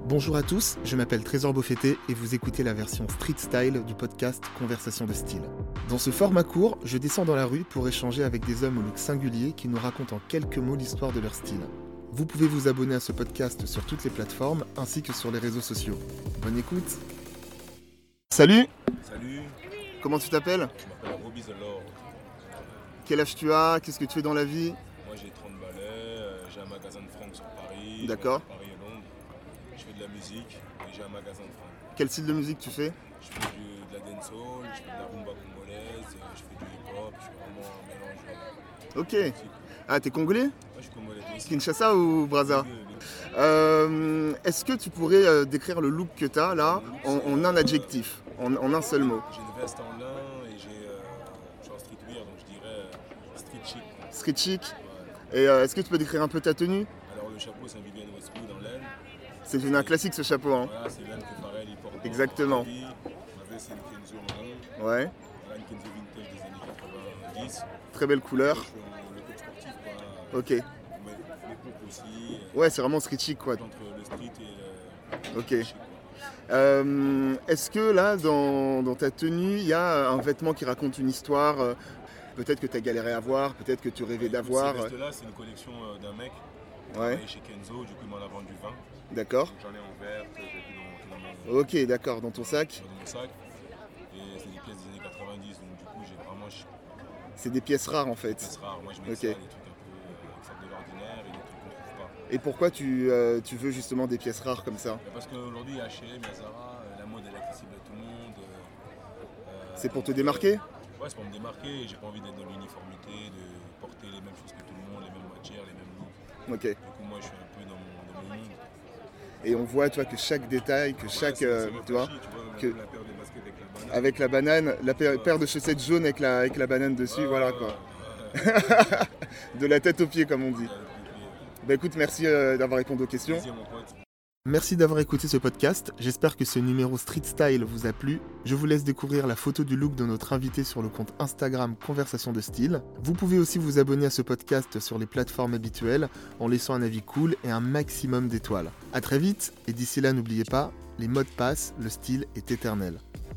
Bonjour à tous, je m'appelle Trésor Beaufetté et vous écoutez la version street style du podcast Conversation de style. Dans ce format court, je descends dans la rue pour échanger avec des hommes au look singulier qui nous racontent en quelques mots l'histoire de leur style. Vous pouvez vous abonner à ce podcast sur toutes les plateformes ainsi que sur les réseaux sociaux. Bonne écoute. Salut. Salut, Comment tu t'appelles? je m'appelle Robbie The Lord. Quel âge tu as? Qu'est-ce que tu fais dans la vie? Moi j'ai 30 balais, j'ai un magasin de fringues sur Paris. D'accord. Paris et Londres. Je fais de la musique et j'ai un magasin de fringues. Quel style de musique tu fais? Je fais de la dancehall, je fais de la rumba congolaise, je fais du hip-hop, je fais vraiment un mélange. Ok. musique. Ah, t'es congolais? Moi je suis congolais. mais ici, Kinshasa ou Brazza? Est-ce que tu pourrais décrire le look que tu as là en un adjectif, en un seul mot? J'ai une veste en lin et je suis en streetwear, donc je dirais street chic. Street chic. Ouais. Et est-ce que tu peux décrire un peu ta tenue? Alors le chapeau c'est un Vivienne Westwood en laine. C'est devenu un classique ce chapeau, hein. Voilà, c'est laine que Pharrell il porte. Exactement. Ma veste c'est une Kenzo marron. Ouais, Voilà, une Kenzo vintage des années 90. très belle couleur. Je suis le coach sportif, quoi. Ok. Mais les pompes aussi. Ouais, c'est vraiment street chic quoi. Entre le street et Ok. le chic, quoi. Est-ce que là, dans ta tenue, il y a un vêtement qui raconte une histoire peut-être que tu as galéré à voir, peut-être que tu rêvais d'avoir. Ces vestes-là, c'est une collection d'un mec qui Ouais, travaille chez Kenzo. Du coup, il m'en a vendu 20. d'accord. Donc, j'en ai en vert, j'ai tout dans mon, Ok, d'accord, dans ton sac. dans mon sac. Et c'est des pièces des années 90. Donc, du coup, j'ai vraiment C'est des pièces rares en des fait. pièces rares. Moi, je mets Ok. ça, des trucs un peu qui sortent de l'ordinaire et des trucs qu'on trouve pas. Et pourquoi tu veux justement des pièces rares comme ça? Mais parce qu'aujourd'hui, il y a H&M, il y a Zara, la mode elle est accessible à tout le monde. C'est pour te démarquer? Ouais, c'est pour me démarquer. J'ai pas envie d'être dans l'uniformité, de porter les mêmes choses que tout le monde, les mêmes matières, les mêmes looks. Ok. Du coup, moi, je suis un peu dans mon monde. Et on voit toi que chaque détail, que chaque, Ouais, c'est tu vois, flashy, tu vois, que- même la paire de baskets avec la banane. avec la banane, la paire de chaussettes jaunes avec la banane dessus, voilà quoi. De la tête aux pieds comme on dit. Bah écoute, merci d'avoir répondu aux questions. Plaisir, mon pote. Merci d'avoir écouté ce podcast, j'espère que ce numéro Street Style vous a plu. Je vous laisse découvrir la photo du look de notre invité sur le compte Instagram Conversation de style. Vous pouvez aussi vous abonner à ce podcast sur les plateformes habituelles en laissant un avis cool et un maximum d'étoiles. A très vite, et d'ici là n'oubliez pas, les modes passent, le style est éternel.